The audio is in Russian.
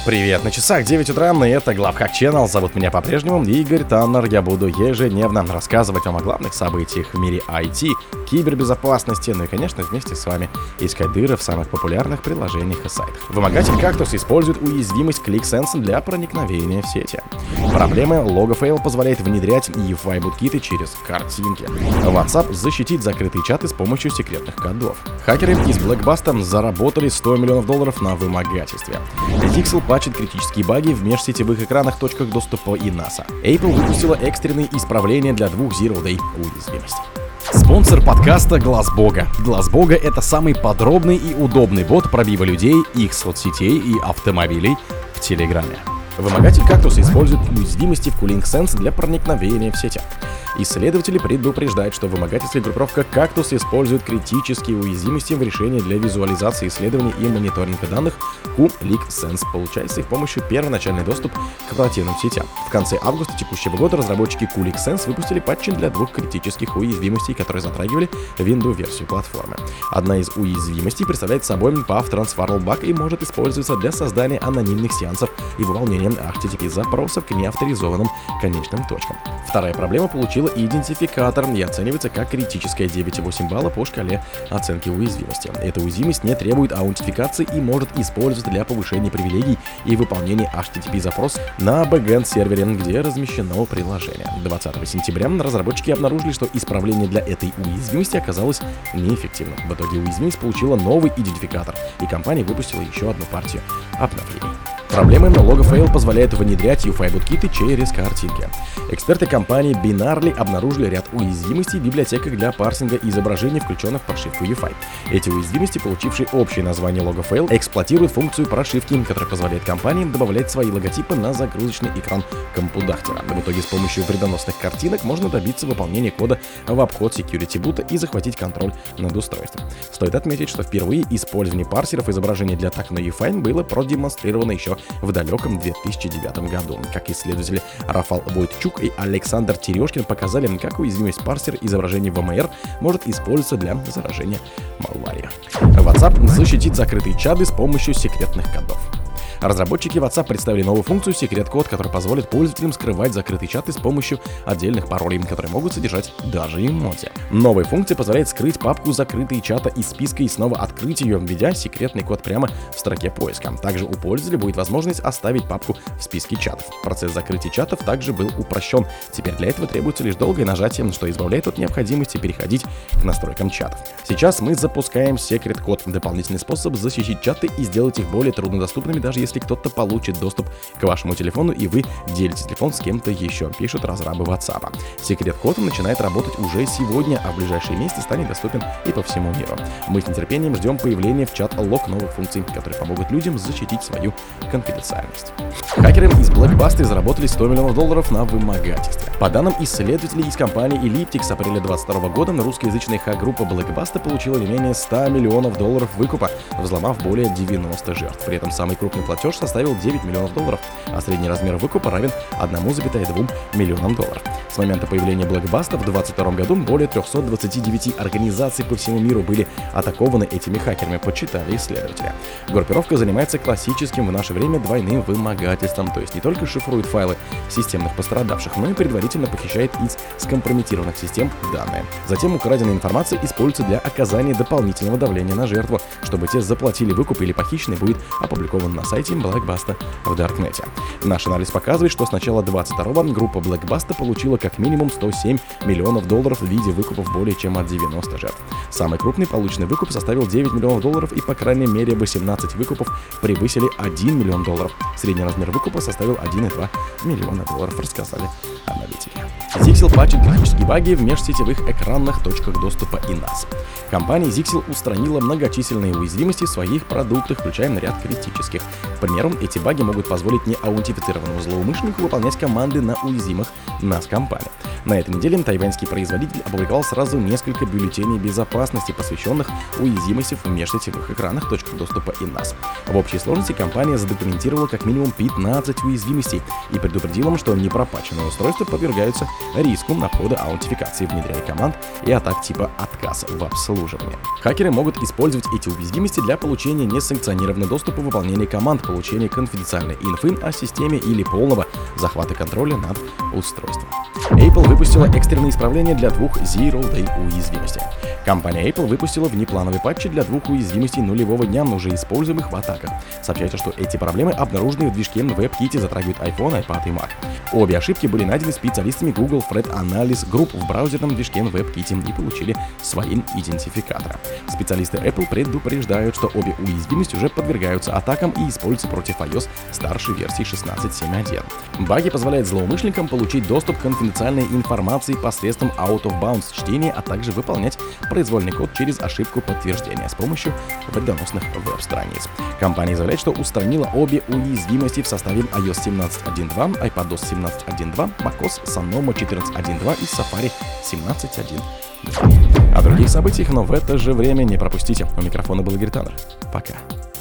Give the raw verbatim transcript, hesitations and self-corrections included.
Привет, на часах девять утра, и это Главхак Channel. Зовут меня по-прежнему Игорь Таннер. Я буду ежедневно рассказывать вам о главных событиях в мире ай ти, кибербезопасности, ну и, конечно, вместе с вами искать дыры в самых популярных приложениях и сайтах. Вымогатель Cactus использует уязвимость ClickSense для проникновения в сети. Проблемы Logofail позволяет внедрять и ю эф ай-буткиты через картинки. WhatsApp защитит закрытые чаты с помощью секретных кодов. Хакеры из Blackbasta заработали сто миллионов долларов на вымогательстве. Zixel патчит критические баги в межсетевых экранах, точках доступа и NASA. Apple выпустила экстренные исправления для двух Zero Day уязвимостей. Спонсор подкаста Глаз Бога. Глаз Бога — это самый подробный и удобный бот пробива людей, их соцсетей и автомобилей в Телеграме. Вымогатель Cactus использует уязвимости в ClickSense для проникновения в сети. Исследователи предупреждают, что вымогательская группировка Cactus использует критические уязвимости в решении для визуализации исследований и мониторинга данных ClickSense. Получается их помощью первоначальный доступ к корпоративным сетям. В конце августа текущего года разработчики ClickSense выпустили патчи для двух критических уязвимостей, которые затрагивали Windows-версию платформы. Одна из уязвимостей представляет собой Path Transfer баг и может использоваться для создания анонимных сеансов и выполнения эйч ти ти пи запросов к неавторизованным конечным точкам. Вторая проблема получила идентификатор и оценивается как критическая девять и восемь балла по шкале оценки уязвимости. Эта уязвимость не требует аутентификации и может использоваться для повышения привилегий и выполнения эйч ти ти пи запрос на бэкэнд-сервере, где размещено приложение. двадцатого сентября разработчики обнаружили, что исправление для этой уязвимости оказалось неэффективным. В итоге уязвимость получила новый идентификатор, и компания выпустила еще одну партию обновлений. Проблемы Logofail позволяют внедрять ю эф ай-буткиты через картинки. Эксперты компании Binarly обнаружили ряд уязвимостей в библиотеках для парсинга изображений, включенных в прошивку ю эф ай. Эти уязвимости, получившие общее название Logofail, эксплуатируют функцию прошивки, которая позволяет компаниям добавлять свои логотипы на загрузочный экран компудахтера. В итоге с помощью вредоносных картинок можно добиться выполнения кода в обход security бута и захватить контроль над устройством. Стоит отметить, что впервые использование парсеров изображений для атак на ю эф ай было продемонстрировано еще в далеком две тысячи девятом году. Как исследователи Рафал Войтчук и Александр Терешкин показали, как уязвимость парсера изображений в эм эр может использоваться для заражения малварией. WhatsApp защитит закрытые чаты с помощью секретных кодов. Разработчики WhatsApp представили новую функцию секрет-код, который позволит пользователям скрывать закрытые чаты с помощью отдельных паролей, которые могут содержать даже эмодзи. Новая функция позволяет скрыть папку «Закрытые чаты» из списка и снова открыть ее, введя секретный код прямо в строке поиска. Также у пользователя будет возможность оставить папку в списке чатов. Процесс закрытия чатов также был упрощен. Теперь для этого требуется лишь долгое нажатие, что избавляет от необходимости переходить к настройкам чатов. Сейчас мы запускаем секрет-код, дополнительный способ защитить чаты и сделать их более труднодоступными, даже если кто-то получит доступ к вашему телефону и вы делите телефон с кем-то еще, пишут разрабы WhatsApp. Секрет-код начинает работать уже сегодня, а в ближайшие месяцы станет доступен и по всему миру. Мы с нетерпением ждем появления в чат-лог новых функций, которые помогут людям защитить свою конфиденциальность. Хакеры из Blackbasta заработали сто миллионов долларов на вымогательстве. По данным исследователей из компании Elliptic, с апреля двадцать второго года русскоязычная хак-группа Blackbasta получила не менее ста миллионов долларов выкупа, взломав более девяноста жертв. При этом самый крупный платеж составил девять миллионов долларов, а средний размер выкупа равен одному целых двум миллионам долларов. С момента появления Blackbasta в двадцать втором году более трёхсот двадцати девяти организаций по всему миру были атакованы этими хакерами, подсчитали исследователи. Группировка занимается классическим в наше время двойным вымогательством, то есть не только шифрует файлы системных пострадавших, но и предварительно похищает из скомпрометированных систем данные. Затем украденная информация используется для оказания дополнительного давления на жертву, чтобы те заплатили выкуп или похищенный будет опубликован на сайте Blackbasta в Даркнете. Наш анализ показывает, что с начала двадцать второго группа Blackbasta получила как минимум сто семь миллионов долларов в виде выкупов более чем от девяноста жертв. Самый крупный полученный выкуп составил девять миллионов долларов, и по крайней мере восемнадцать выкупов превысили один миллион долларов. Средний размер выкупа составил один и два миллиона долларов, рассказали аналитики. Zixel патчит критические баги в межсетевых экранных точках доступа и нас. Компания Zixel устранила многочисленные уязвимости в своих продуктах, включая ряд критических. К примеру, эти баги могут позволить неаутентифицированному злоумышленнику выполнять команды на уязвимых нас компаниях. На этой неделе тайваньский производитель опубликовал сразу несколько бюллетеней безопасности, посвященных уязвимости в межсетевых экранах, точках доступа и нас. В общей сложности компания задокументировала как минимум пятнадцать уязвимостей и предупредила, что непропатченные устройства подвергаются риску находа аутентификации, внедряя команд и атак типа отказ в обслуживании. Хакеры могут использовать эти уязвимости для получения несанкционированного доступа, выполнения команд, получения конфиденциальной инфы о системе или полного захвата контроля над устройством. Apple выпустила экстренные исправления для двух Zero-Day уязвимостей. Компания Apple выпустила внеплановый патчи для двух уязвимостей нулевого дня, уже используемых в атаках. Сообщается, что эти проблемы обнаружены в движке WebKit, затрагивают iPhone, iPad и Mac. Обе ошибки были найдены специалистами Google Threat Analysis Group в браузерном движке WebKit и получили свои идентификаторы. Специалисты Apple предупреждают, что обе уязвимости уже подвергаются атакам и используются против iOS старшей версии шестнадцать точка семь точка один. Баги позволяют злоумышленникам получить доступ к конфиденциальной информации посредством out-of-bounds чтения, а также выполнять произвольный код через ошибку подтверждения с помощью вредоносных веб-страниц. Компания заявляет, что устранила обе уязвимости в составе iOS семнадцать точка один точка два, iPadOS семнадцать точка один точка два, macOS Sonoma четырнадцать точка один точка два и Safari семнадцать точка один точка два. О других событиях, но в это же время не пропустите. У микрофона был Игорь Таннер. Пока.